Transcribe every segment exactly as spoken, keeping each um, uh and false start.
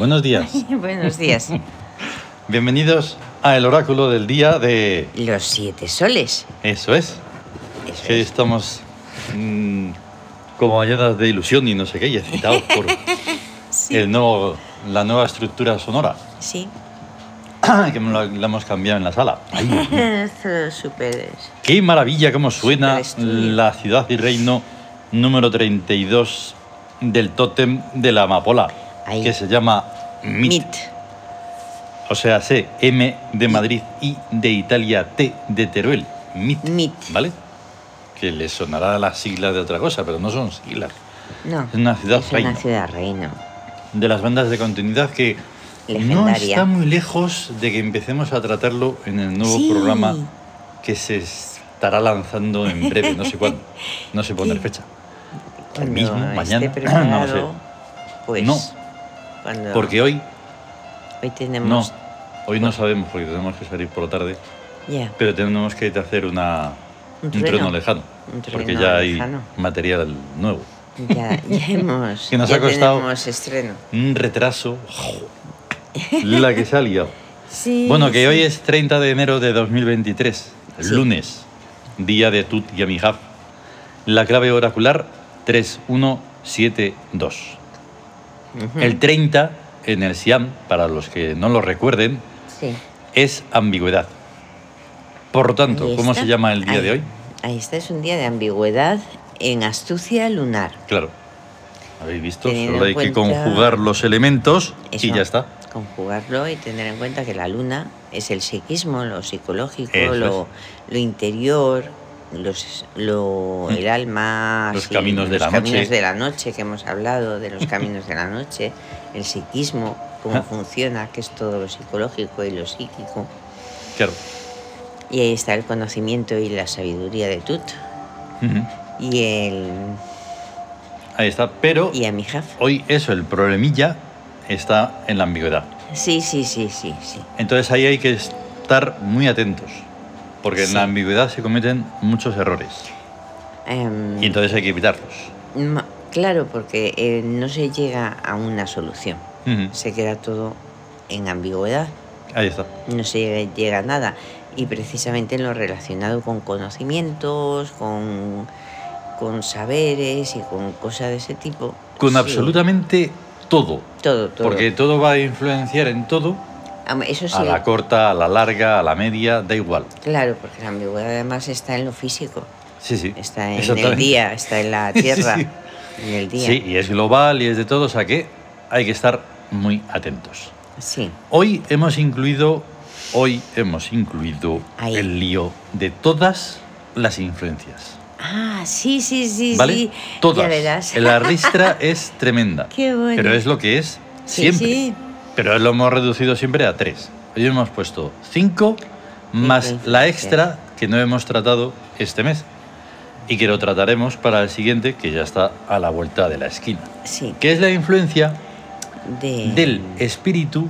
Buenos días. Buenos días. Bienvenidos a el oráculo del día de... Los siete soles. Eso es. Eso Que es. estamos mmm, como llenas de ilusión y no sé qué, y excitados por Sí. el nuevo, la nueva estructura sonora. Sí. Que la, la hemos cambiado en la sala. Ay, Esto súper... ¡qué maravilla cómo suena Superestudio. la ciudad y reino número treinta y dos del tótem de la amapola! Ahí. Que se llama Mit. Mit. O sea, C, M de Madrid, I de Italia, T de Teruel. Mit. Mit. ¿Vale? Que les sonará las siglas de otra cosa, pero no son siglas. No. Es una ciudad es reino. una ciudad reino. De las bandas de continuidad que no Legendaria. está muy lejos de que empecemos a tratarlo en el nuevo Sí. programa que se estará lanzando en breve, no sé cuándo, no sé poner Sí. fecha. El Cuando mismo, esté mañana, preparado, no lo sé. pues... No. Cuando... Porque hoy, Hoy no, tenemos... hoy no sabemos porque tenemos que salir por la tarde, Ya. pero tenemos que hacer una, Un un trueno. trueno lejano, Un trueno porque ya lejano. hay material nuevo. Ya, ya hemos... Que nos ya ha costado- tenemos estreno. Un retraso, la que se ha liado. Sí. Bueno, que sí. hoy es treinta de enero de dos mil veintitrés, el Sí. lunes, día de Tut y Amihaf. La clave oracular tres uno siete dos. Ujú. El treinta en el Siam, para los que no lo recuerden, Sí. es ambigüedad. Por lo tanto, Ahí ¿cómo está. se llama el día Ahí- de hoy? Ahí está, es un día de ambigüedad en astucia lunar. Claro. ¿Habéis visto? Teniendo Solo hay en que cuenta- conjugar los elementos Eso, y ya está. Conjugarlo y tener en cuenta que la luna es el psiquismo, lo psicológico, Eso lo, lo interior, los, lo, el alma, Los así, caminos de los la caminos noche. de la noche que hemos hablado, de los caminos de la noche, el psiquismo, cómo Ah. funciona, que es todo lo psicológico y lo psíquico. Claro. Y ahí está el conocimiento y la sabiduría de Tut Ujú. y el Ahí está. Pero y Amihaf. hoy eso, el problemilla está en la ambigüedad. Sí, sí, sí, sí, sí. Entonces ahí hay que estar muy atentos, porque en Sí. la ambigüedad se cometen muchos errores Em, y entonces hay que evitarlos. ma- claro, porque eh, no se llega a una solución. Ujú. Se queda todo en ambigüedad. Ahí está. No se llega, llega a nada. Y precisamente en lo relacionado con conocimientos, con, con saberes y con cosas de ese tipo. Con sí, absolutamente todo, Todo, todo. porque todo va a influenciar en todo, Ah, Eso sí, a la corta, a la larga, a la media, da igual. claro, porque la ambigüedad además está en lo físico. Sí, sí. Está en el Exactamente. día, está en la Sí, tierra, sí. en el día. Sí, y es global y es de todo, o sea que hay que estar muy atentos. Sí. Hoy hemos incluido, hoy hemos incluido Ahí. el lío de todas las influencias. Ah, sí, sí, sí, ¿Vale? sí. Todas. Ya verás. La ristra es tremenda. Qué bueno. Pero es lo que es Sí, siempre. sí. Pero lo hemos reducido siempre a tres. Hoy hemos puesto cinco más influencias. la extra que no hemos tratado este mes. Y que lo trataremos para el siguiente, que ya está a la vuelta de la esquina. Sí. Que es la influencia De, del espíritu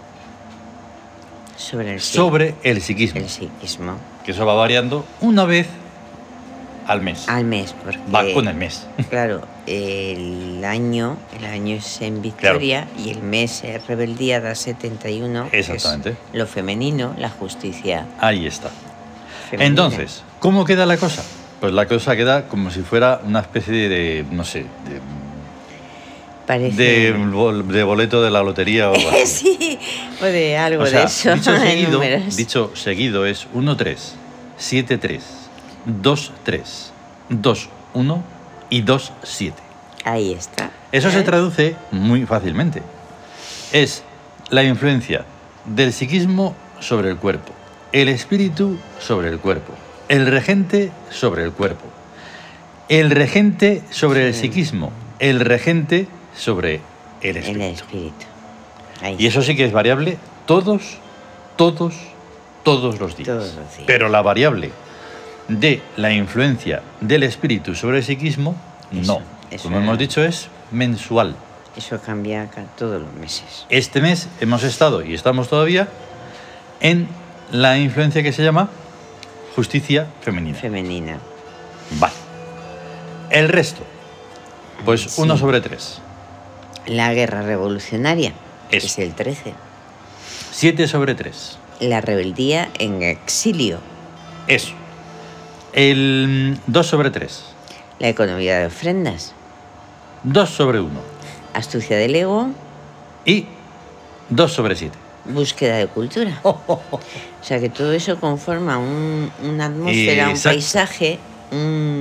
sobre el, psi- sobre el psiquismo. el psiquismo. Que eso va variando una vez al mes. Al mes, porque... Va con el mes. Claro, el año, el año es en victoria y el mes es rebeldía da setenta y uno. que es Exactamente. lo femenino, la justicia Ahí está. femenina. Entonces, ¿cómo queda la cosa? Pues la cosa queda como si fuera una especie de, de, no sé, de, Parece... de, bol- de boleto de la lotería o algo así. sí, o de algo O sea, de eso. dicho en seguido, números. dicho seguido es uno tres, siete tres, dos tres, dos uno y dos siete. Ahí está. Eso se ¿Eh? traduce muy fácilmente. Es la influencia del psiquismo sobre el cuerpo, el espíritu sobre el cuerpo, el regente sobre el cuerpo, el regente sobre el Sí. psiquismo, el regente sobre el El espíritu. espíritu. Ahí Y eso sí que es variable todos, todos, todos los días. Todos los días. Pero la variable de la influencia del espíritu sobre el psiquismo, Eso, no. eso Como era. hemos dicho, es mensual. Eso cambia ca- todos los meses. Este mes hemos estado, y estamos todavía, en la influencia que se llama justicia femenina. Femenina. Vale. El resto, pues Sí. uno sobre tres. La guerra revolucionaria. Eso. Es el trece. siete sobre tres. La rebeldía en exilio. Eso. El dos sobre tres. La economía de ofrendas. dos sobre uno. Astucia del ego. Y dos sobre siete. Búsqueda de cultura. O sea que todo eso conforma un, una atmósfera, Exacto. un paisaje, un,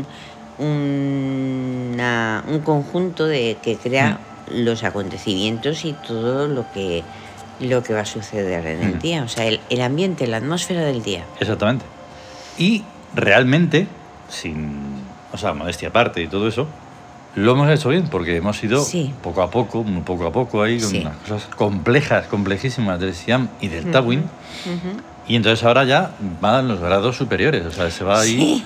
una- un conjunto de que crea Mm. los acontecimientos y todo lo que lo que va a suceder en el Mm. día. O sea, el, el ambiente, la atmósfera del día. Exactamente. Y realmente, sin, o sea, modestia aparte y todo eso, lo hemos hecho bien porque hemos ido Sí. poco a poco, muy poco a poco ahí, con Sí. unas cosas complejas, complejísimas del Siam y del Ujú, Tawin. ujú. Y entonces ahora ya van los grados superiores, o sea, se va ahí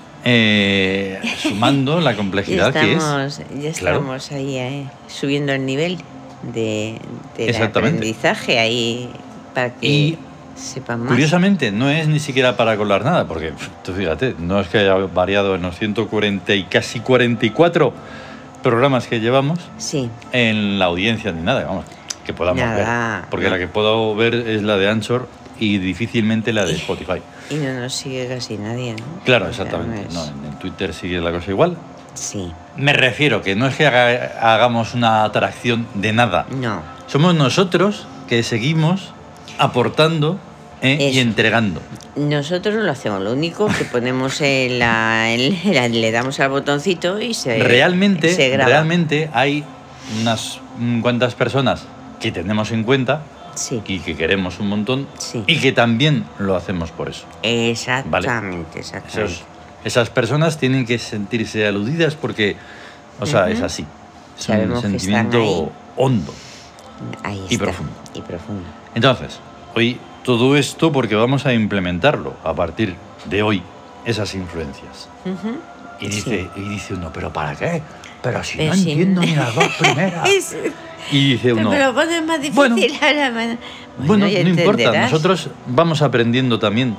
eh, sumando la Ya complejidad que es. estamos, ya Claro. estamos ahí eh, subiendo el nivel de, del Exactamente. aprendizaje ahí para que Y sepan más. Curiosamente, no es ni siquiera para colar nada, porque pf, tú fíjate, no es que haya variado en los ciento cuarenta y casi cuarenta y cuatro programas que llevamos Sí, en la audiencia ni nada, vamos, que podamos Nada, ver. Porque no. la que puedo ver es la de Anchor y difícilmente la de Spotify. y no nos sigue casi nadie, ¿no? Claro, O sea, exactamente. no No, es- en en Twitter sigue la cosa igual. Sí, Me refiero que no es que haga- hagamos una atracción de nada. no, Somos nosotros que seguimos aportando eh, y Eso. entregando. nosotros lo hacemos, lo único que ponemos en la, en la- le damos al botoncito y se, realmente, se graba. realmente hay unas mm, cuantas personas que tenemos en cuenta Sí, y que queremos un montón Sí. y que también lo hacemos por eso. exactamente, exactamente. Esos- esas personas tienen que sentirse aludidas porque, o sea, Ujú. es así. Es Sabemos un que están sentimiento ahí. hondo. Ahí y está, profundo. Y profundo. Entonces, hoy todo esto porque vamos a implementarlo a partir de hoy, esas influencias. Ujú. Y dice, Sí. y dice uno, ¿pero para qué? Pero si Pero no si entiendo no- ni las dos primeras. Es- Y dice uno, Me lo pones más difícil bueno, ahora. man- bueno, ya no importa, entenderás. nosotros vamos aprendiendo también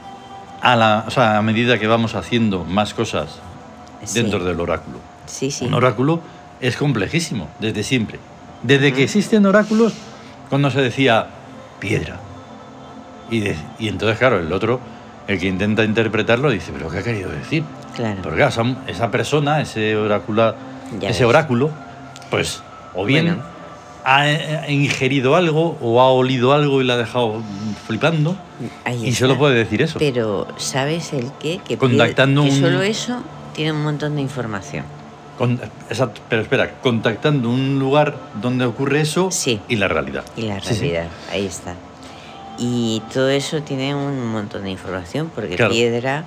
a, la, o sea, a medida que vamos haciendo más cosas Sí. dentro del oráculo. Sí, sí. Un oráculo es complejísimo, desde siempre. Desde que Ujú. existen oráculos, cuando se decía piedra. Y, de- y entonces, claro, el otro, el que intenta interpretarlo, dice, ¿pero qué ha querido decir? Claro. Porque claro, esa, esa persona, ese, oracula, Ya ese ves. oráculo, pues o bien Bueno. ha eh, ingerido algo o ha olido algo y la ha dejado mm, flipando Ahí y está. solo puede decir eso. Pero, ¿sabes el qué? Que, Contactando pier- que un- solo eso tiene un montón de información. Con- exacto, pero espera, contactando un lugar donde ocurre eso Sí. y la realidad. Y la Sí, sí. realidad, ahí está. Y todo eso tiene un montón de información, porque Claro. piedra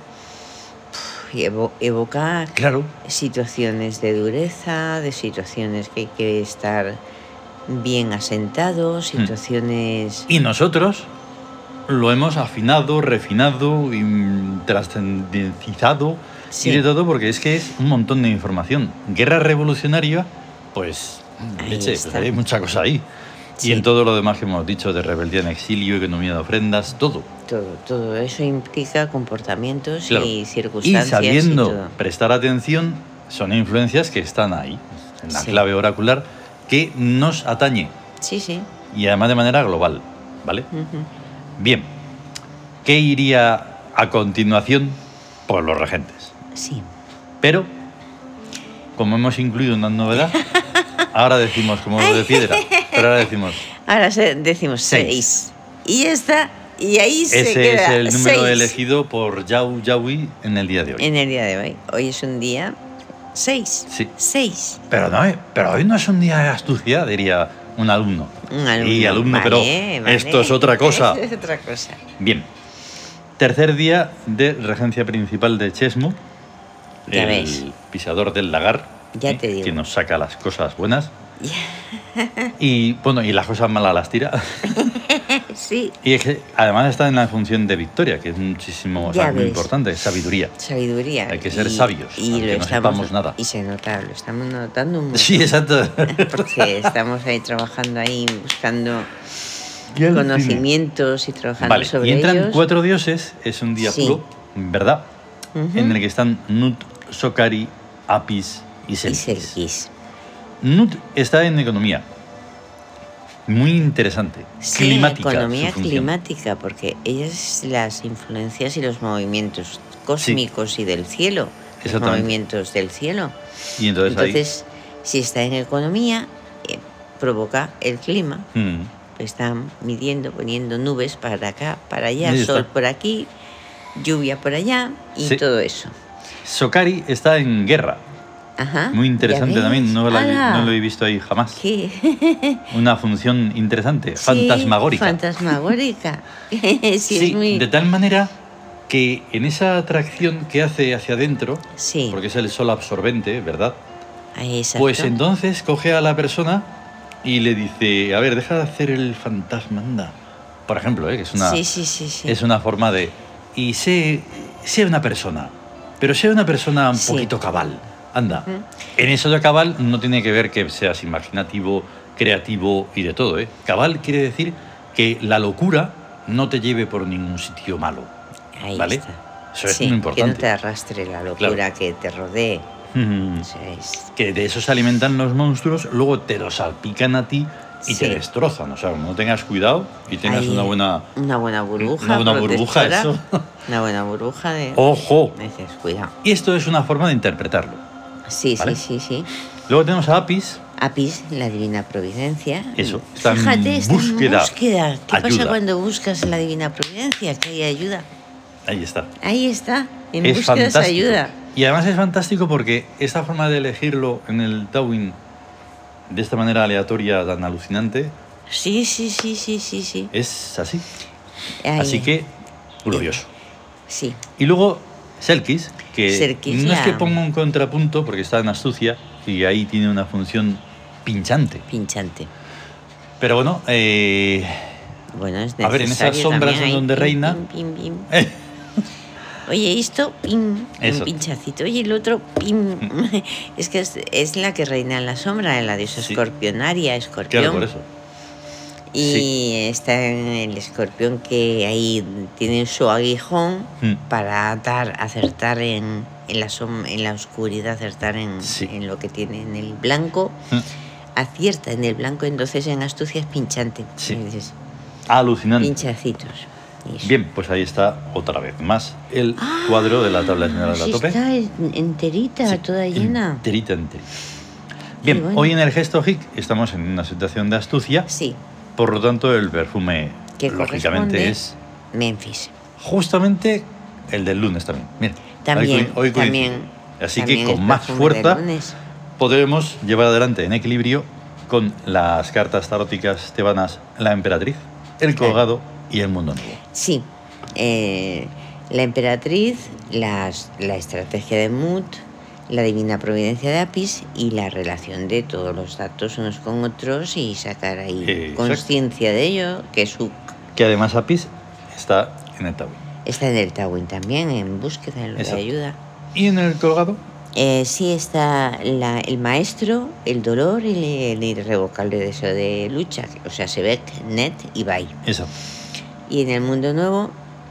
pf, evo- evoca Claro, situaciones de dureza, de situaciones que hay que estar bien asentados, Hmm. situaciones... y nosotros lo hemos afinado, refinado y mm, trascendentizado Sí. y de todo porque es que es un montón de información. Guerra revolucionaria, pues, Ahí leche, pues está. hay mucha cosa ahí. Sí. Y en todo lo demás que hemos dicho de rebeldía en exilio, economía de ofrendas, todo. Todo, todo eso implica comportamientos Claro. y Y circunstancias. sabiendo todo. prestar atención, son influencias que están ahí, en la Sí. clave oracular, que nos atañe. Sí, sí. Y además de manera global, ¿vale? Ujú. Bien, ¿qué iría a continuación por los regentes? Sí. Pero, como hemos incluido una novedad, ahora decimos como lo de piedra, pero ahora decimos, Ahora se- decimos Seis. seis. Y ya está. Y ahí se ese queda. es el número seis. elegido por Yau Yaui en el día de hoy. En el día de hoy. Hoy es un día seis. Sí. Seis. Pero, no, pero hoy no es un día de astucia, diría un alumno. Un alumno. Y alumno, Vale, pero vale. esto es otra cosa. Es otra cosa. Bien. Tercer día de regencia principal de Chesmo, Ya el ves. pisador del lagar, Ya ¿eh? te digo. que nos saca las cosas buenas. Y bueno, y las cosas malas las tira. Sí. Y es que además está en la función de victoria, que es muchísimo, o sea, Ya muy ves. importante, sabiduría. Sabiduría. Hay que ser Y- sabios, Y aunque lo no estamos, sepamos nada. Y se nota, lo estamos notando mucho. Sí, exacto. Porque estamos ahí trabajando ahí, buscando Y el conocimientos y trabajando Vale, sobre y entran ellos. cuatro dioses, es un día Sí. puro, ¿verdad? Ujú. En el que están Nut, Sokari, Apis y Y Selkis. Selkis. Nut está en economía. Muy interesante. Sí, Climática. economía su función. climática, porque ellas las influencias y los movimientos cósmicos y del cielo, los Exactamente. movimientos del cielo. Y entonces, ahí- Entonces, si está en economía, eh, provoca el clima. Mm. Están midiendo, poniendo nubes para acá, para allá, Ahí está. sol por aquí, lluvia por allá y Sí. todo eso. Sokari está en guerra. Ajá. Muy ¿ya interesante ves? también. No, la- ¡Hala! no lo he visto ahí jamás. ¿Qué? Una función interesante, Sí, fantasmagórica. Fantasmagórica. sí, Sí, es muy... de tal manera que en esa atracción que hace hacia adentro, Sí, porque es el sol absorbente, ¿verdad? ahí, exacto. Pues entonces coge a la persona y le dice, a ver, deja de hacer el fantasma, anda. Por ejemplo, ¿eh? que es una, Sí, sí, sí, sí. es una forma de... Y sé, sé una persona, pero sé una persona un Sí. poquito cabal, anda. Ujú. En eso de cabal no tiene que ver que seas imaginativo, creativo y de todo, ¿eh? Cabal quiere decir que la locura no te lleve por ningún sitio malo, Ahí ¿vale? está. Eso es Sí, muy que no importante. te arrastre la locura, que te rodee. Mm. O sea, es- Que de eso se alimentan los monstruos, luego te los salpican a ti y te Sí. destrozan. O sea, como no tengas cuidado y tengas ahí, una buena... Una buena burbuja. Una buena burbuja, protectora, eso. Una buena burbuja de... ¡Ojo! Dices, cuidado. Y esto es una forma de interpretarlo. Sí, ¿Vale? sí, sí, sí. Luego tenemos a Apis. Apis, la divina providencia. Eso, está en Fíjate, está búsqueda, en búsqueda. ¿Qué pasa ayuda. cuando buscas la divina providencia? Que hay ayuda. Ahí está. Ahí está. En Es búsqueda de fantástico. ayuda. Y además es fantástico porque esta forma de elegirlo en el Tawin de esta manera aleatoria tan alucinante Sí, sí, sí, sí, sí, sí. es así. Ahí. Así que, glorioso. Sí. Y luego Selkis, que Selkis, no es la- que ponga un contrapunto porque está en astucia y ahí tiene una función pinchante. Pinchante. Pero bueno, eh, Bueno, es A ver, en esas necesario sombras también en ahí, donde pim, reina- pim, pim, pim. eh, Oye, esto, pim, Eso. un pinchacito. Oye, el otro, pim. Es que es, es la que reina en la sombra, la diosa Sí. escorpionaria, escorpión. claro, por eso. Y está en el escorpión que ahí tiene su aguijón Mm. para dar, acertar en, en, la som- en la oscuridad, acertar en, Sí. en lo que tiene en el blanco. Mm. Acierta en el blanco, entonces en astucia es pinchante. Sí. Y dices, Alucinante. pinchacitos. Y eso. Bien, pues ahí está otra vez más el cuadro de la tabla general de la Sí, tope. está en- enterita, Sí, toda llena. Enterita, enterita. Bien, bueno. hoy en el gesto hic estamos en una situación de astucia, Sí, por lo tanto el perfume que lógicamente corresponde es Memphis. justamente el del lunes también. Mira, También, hoy, co- hoy también. coincide. Así también que es con más perfume de fuerza lunes. podremos llevar adelante en equilibrio con las cartas taróticas tebanas La Emperatriz, El Claro. Colgado y El Mundo Nuevo. Sí, eh, la emperatriz, las- la estrategia de Mut, la divina providencia de Apis y la relación de todos los datos unos con otros y sacar ahí Exacto. conciencia de ello, que su Que además Apis está en el Tawin. está en el Tawin también, en búsqueda en lo de Exacto. ayuda. Y en el Colgado, Eh, sí está la- el maestro, el dolor y el, el irrevocable deseo de lucha, o sea, Sebek, Net y Bai. eso. Y en el mundo nuevo,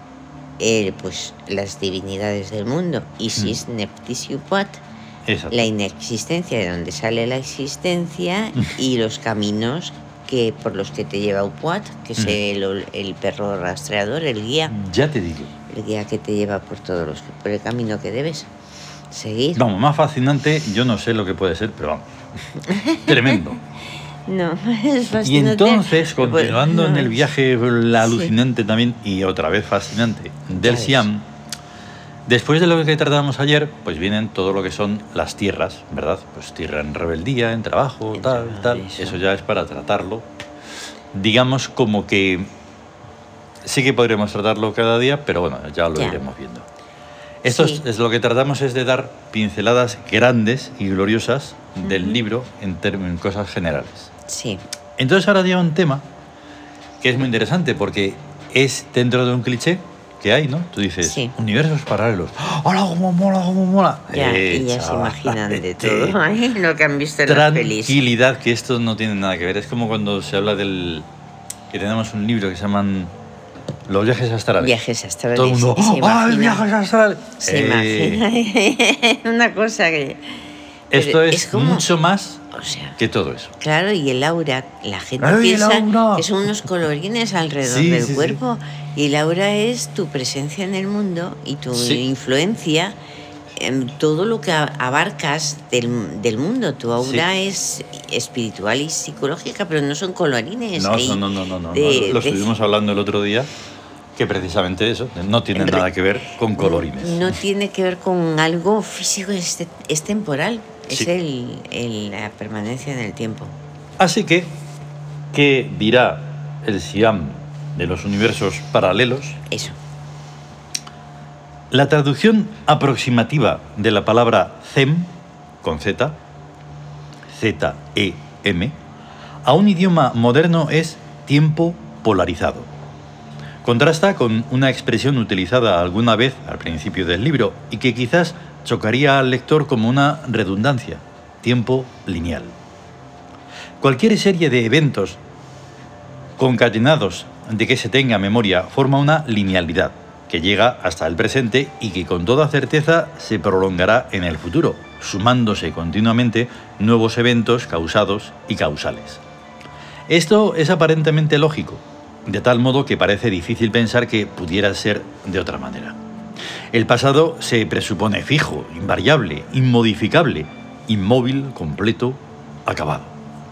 eh, pues las divinidades del mundo, Isis, Mm. Neptis y Upuat, Exacto. la inexistencia de donde sale la existencia y los caminos que por los que te lleva Upuat, que es Mm. el, el perro rastreador, el guía, Ya te digo. el guía que te lleva por todos los por el camino que debes seguir. Vamos, más fascinante, yo no sé lo que puede ser, pero vamos. Tremendo. No, es Y fascinante. entonces, Pues, continuando en no, el viaje la Sí. alucinante también y otra vez fascinante del ves. Siam, después de lo que tratábamos ayer, pues vienen todo lo que son las tierras, ¿verdad? Pues tierra en rebeldía, en trabajo, En tal, trabajo, tal. eso. Eso ya es para tratarlo. Digamos como que sí que podremos tratarlo cada día, pero bueno, ya lo Ya. iremos viendo. Esto Sí. es, es lo que tratamos es de dar pinceladas grandes y gloriosas del Ujú. libro en, term- en cosas generales. Sí, Entonces ahora llega un tema que es muy interesante porque es dentro de un cliché que hay, ¿no? Tú dices, Sí. universos paralelos. ¡Hola, cómo mola, cómo mola! ya, Eh, y ya se chaval, imaginan de eh, todo. Ay, lo que han visto en las pelis. Tranquilidad, que esto no tiene nada que ver. Es como cuando se habla del... que tenemos un libro que se llaman Los viajes astrales. Viajes astrales. Todo el mundo, se ¡ah, el imagina- viajes astrales! Se Eh, imagina una cosa que... Esto Pero es, es como- mucho más O sea, que todo eso. claro, y el aura, la gente Claro, y el piensa aura. que son unos colorines alrededor Sí, del sí, sí. cuerpo. Y el aura es tu presencia en el mundo y tu Sí. influencia en todo lo que a- abarcas del, del mundo. Tu aura es espiritual y psicológica, pero no son colorines. No, ahí no, no, no, no, no, de- Lo de- estuvimos hablando el otro día, que precisamente eso, no tiene Re- nada que ver con colorines. No tiene que ver con algo físico, es, te- es temporal. Es Sí. el, el- la permanencia en el tiempo. Así que, ¿qué dirá el Siam de los universos paralelos? Eso. La traducción aproximativa de la palabra Zem, con Z, Z E M, a un idioma moderno es tiempo polarizado. Contrasta con una expresión utilizada alguna vez al principio del libro y que quizás chocaría al lector como una redundancia, tiempo lineal. Cualquier serie de eventos concatenados de que se tenga memoria forma una linealidad que llega hasta el presente y que con toda certeza se prolongará en el futuro, sumándose continuamente nuevos eventos causados y causales. Esto es aparentemente lógico, de tal modo que parece difícil pensar que pudiera ser de otra manera. El pasado se presupone fijo, invariable, inmodificable, inmóvil, completo, acabado.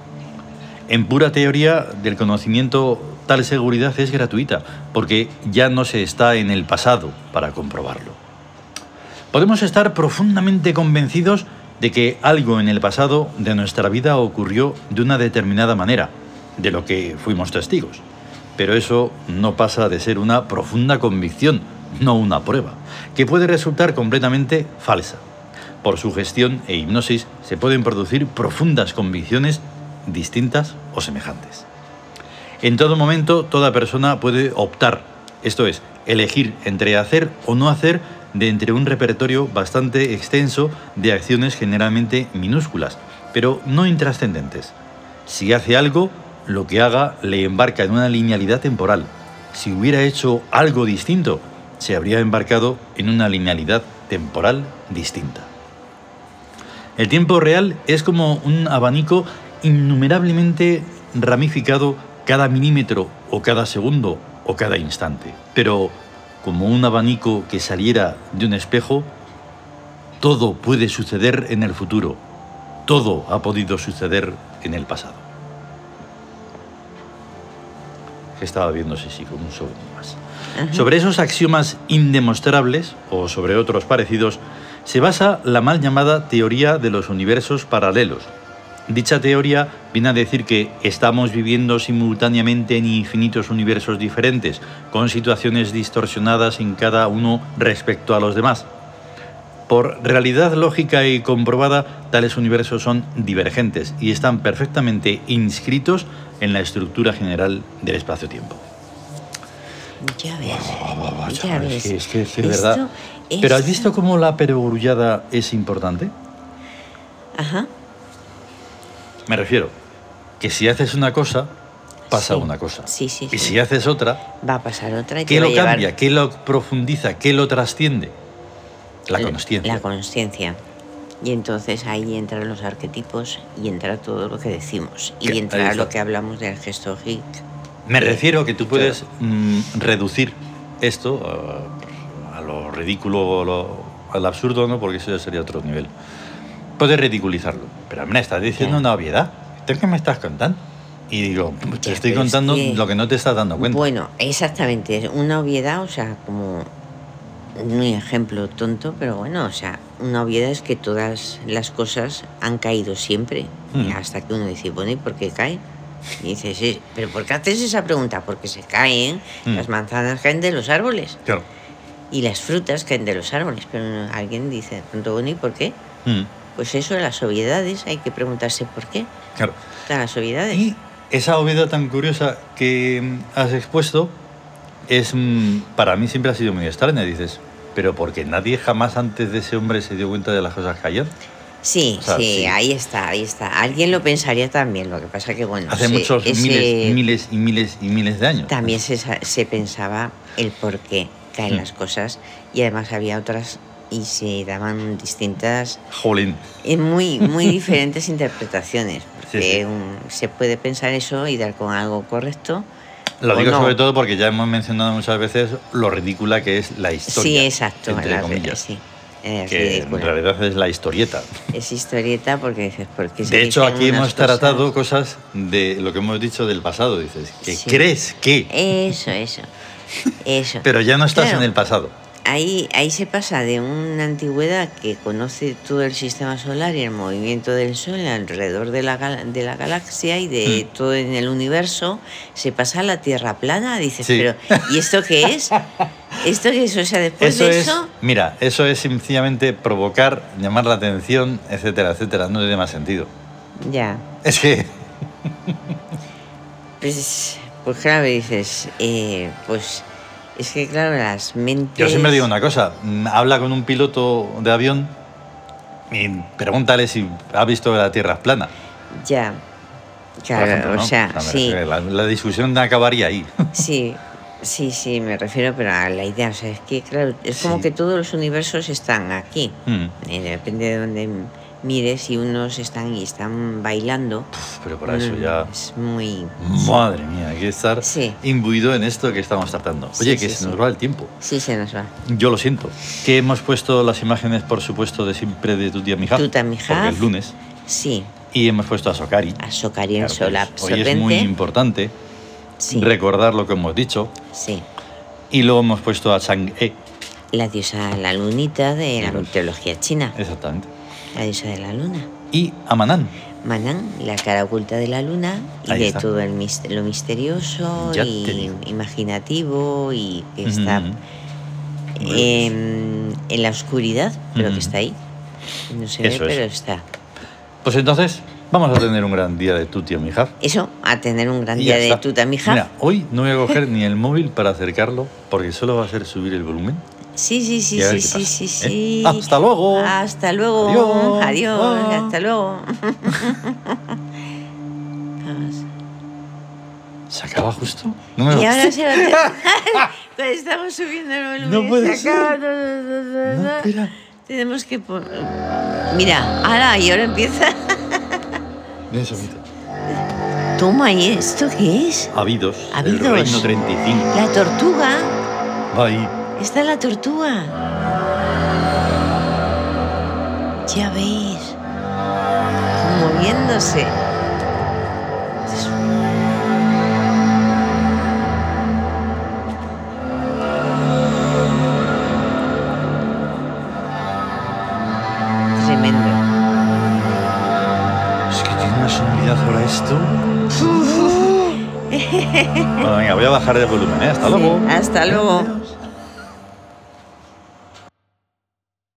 En pura teoría del conocimiento, tal seguridad es gratuita, porque ya no se está en el pasado para comprobarlo. Podemos estar profundamente convencidos de que algo en el pasado de nuestra vida ocurrió de una determinada manera, de lo que fuimos testigos. Pero eso no pasa de ser una profunda convicción, no una prueba, que puede resultar completamente falsa. Por sugestión e hipnosis se pueden producir profundas convicciones distintas o semejantes. En todo momento, toda persona puede optar, esto es, elegir entre hacer o no hacer de entre un repertorio bastante extenso de acciones generalmente minúsculas, pero no intrascendentes. Si hace algo, lo que haga le embarca en una linealidad temporal. Si hubiera hecho algo distinto, se habría embarcado en una linealidad temporal distinta. El tiempo real es como un abanico innumerablemente ramificado cada milímetro o cada segundo o cada instante. Pero como un abanico que saliera de un espejo, todo puede suceder en el futuro. Todo ha podido suceder en el pasado. Estaba viendo si sí, con un segundo más. Ajá. Sobre esos axiomas indemostrables, o sobre otros parecidos, se basa la mal llamada teoría de los universos paralelos. Dicha teoría viene a decir que estamos viviendo simultáneamente en infinitos universos diferentes, con situaciones distorsionadas en cada uno respecto a los demás. Por realidad lógica y comprobada, tales universos son divergentes y están perfectamente inscritos en la estructura general del espacio-tiempo. Ya ves. Chaval, Ya es ves. que es, que es que es Esto- verdad. Pero ¿has esto- visto cómo la perogrullada es importante? Ajá. Me refiero que si haces una cosa, pasa Sí. una cosa. Sí, sí, Y sí. si haces otra, Va a pasar otra y ¿qué te va lo a llevar cambia? ¿Qué lo profundiza? ¿Qué lo trasciende? La la- consciencia. La consciencia. Y entonces ahí entran los arquetipos y entra todo lo que decimos. Que- Y ahí entra está. lo que hablamos del gesto hic. Me que- refiero que tú puedes mm, reducir esto a, a lo ridículo, o lo- al absurdo, ¿no? Porque eso ya sería otro nivel. Puedes ridiculizarlo, pero me estás diciendo Ya. una obviedad. ¿Esto qué me estás contando? Y digo, te Ya, estoy pero es contando que- lo que no te estás dando cuenta. Bueno, exactamente. Una obviedad, o sea, como un ejemplo tonto, pero bueno, o sea, una obviedad es que todas las cosas han caído siempre. Mm. Hasta que uno dice, bueno, ¿y por qué caen? Y dices, sí, ¿pero por qué haces esa pregunta? Porque se caen, Mm. las manzanas caen de los árboles Claro. y las frutas caen de los árboles. Pero no- alguien dice, de pronto, bueno, ¿y por qué? Mm, Pues eso, las obviedades, hay que preguntarse por qué. claro. Están las obviedades. Y esa obviedad tan curiosa que mm, has expuesto es, mm, para mí siempre ha sido muy extraña. Dices, pero porque nadie jamás antes de ese hombre se dio cuenta de las cosas que hayan. Sí, O sea, sí, sí. ahí está, ahí está. Alguien lo pensaría también, lo que pasa que, bueno, Hace se- muchos ese- miles, miles y miles y miles de años. también se, sa- se pensaba el por qué caen Mm. las cosas y además había otras y se daban distintas, Jolín. y muy, muy diferentes interpretaciones. Porque Sí, sí. un- se puede pensar eso y dar con algo correcto. Lo o digo no. sobre todo porque ya hemos mencionado muchas veces lo ridícula que es la historia. Sí, exacto. Entre la- comillas. sí, es Que en ridícula. realidad es la historieta. Es historieta porque dices, ¿por qué se De hecho, dicen aquí unas hemos cosas? tratado cosas de lo que hemos dicho del pasado. Dices, que Sí. crees que, Eso, eso. Eso. pero ya no estás Claro. en el pasado. Ahí, ahí se pasa de una antigüedad que conoce todo el sistema solar y el movimiento del Sol alrededor de la, gal- de la galaxia y de Mm. todo en el universo, se pasa a la Tierra plana. Dices, Sí. pero ¿y esto qué es? ¿Esto qué es? O sea, después Eso de es, eso... mira, eso es sencillamente provocar, llamar la atención, etcétera, etcétera. No tiene más sentido. Ya, Es que, pues, pues claro, dices, eh, pues es que claro, las mentes... yo siempre digo una cosa, mm, habla con un piloto de avión y pregúntale si ha visto que la Tierra es plana. Ya, por claro, ejemplo, o ¿no? sea, O sea, me sí. refiero, La, la discusión acabaría ahí. Sí, sí, sí, me refiero, pero a la idea, o sea, es que, claro, es como Sí. que todos los universos están aquí. Mm. Y depende de dónde mires, y unos están y están bailando. Pero para eso mm, ya... Es muy... Madre mía, hay que estar Sí. imbuido en esto que estamos tratando. Sí, Oye, sí, que se sí. nos va el tiempo. Sí, se nos va. Yo lo siento. Que hemos puesto las imágenes, por supuesto, de siempre de Tuti Amijaf. Tuti Amijaf. Porque es lunes. Sí, Y hemos puesto a Sokari. a Sokari en Claro que sol es- Hoy es absorbente. muy importante Sí, recordar lo que hemos dicho. sí. Y luego hemos puesto a Chang'e. La diosa, la lunita de la Sí, los- mitología china. Exactamente. La diosa de la luna. Y a Manan. Manan, la cara oculta de la luna y Ahí de está. todo el mis- lo misterioso Ya te y digo. imaginativo y que está Ujú. en, en la oscuridad, pero Ujú. que está ahí. No se Eso ve, es. pero está. Pues entonces, vamos a tener un gran día de Tuti Amijaf. Eso, a tener un gran Y día ya de está. Tutamijaf. Mira, hoy no voy a coger ni el móvil para acercarlo, porque solo va a ser subir el volumen. Sí, sí, sí, Y a ver sí, qué sí, pasa, sí, ¿eh? sí. ¡Hasta luego! Hasta luego. Adiós. Adiós. Ah. Hasta luego. Vamos. ¿Se acaba justo? No me Y gusta. ahora se va a terminar. Pues estamos subiendo el volumen. No puede se acaba. ser. No, no, no, no, No, no. espera. Tenemos que poner. Mira, ahora y ahora empieza. Mira ese bonito. Toma, ¿y esto qué es? Habidos. Habidos. El Reino treinta y cinco. La tortuga. Va ahí. Está la tortuga. Ya veis. Moviéndose. Tremendo. Es que tiene una sonoridad ahora esto. Bueno, venga, voy a bajar el volumen, ¿eh? Hasta luego. Hasta luego. Adiós.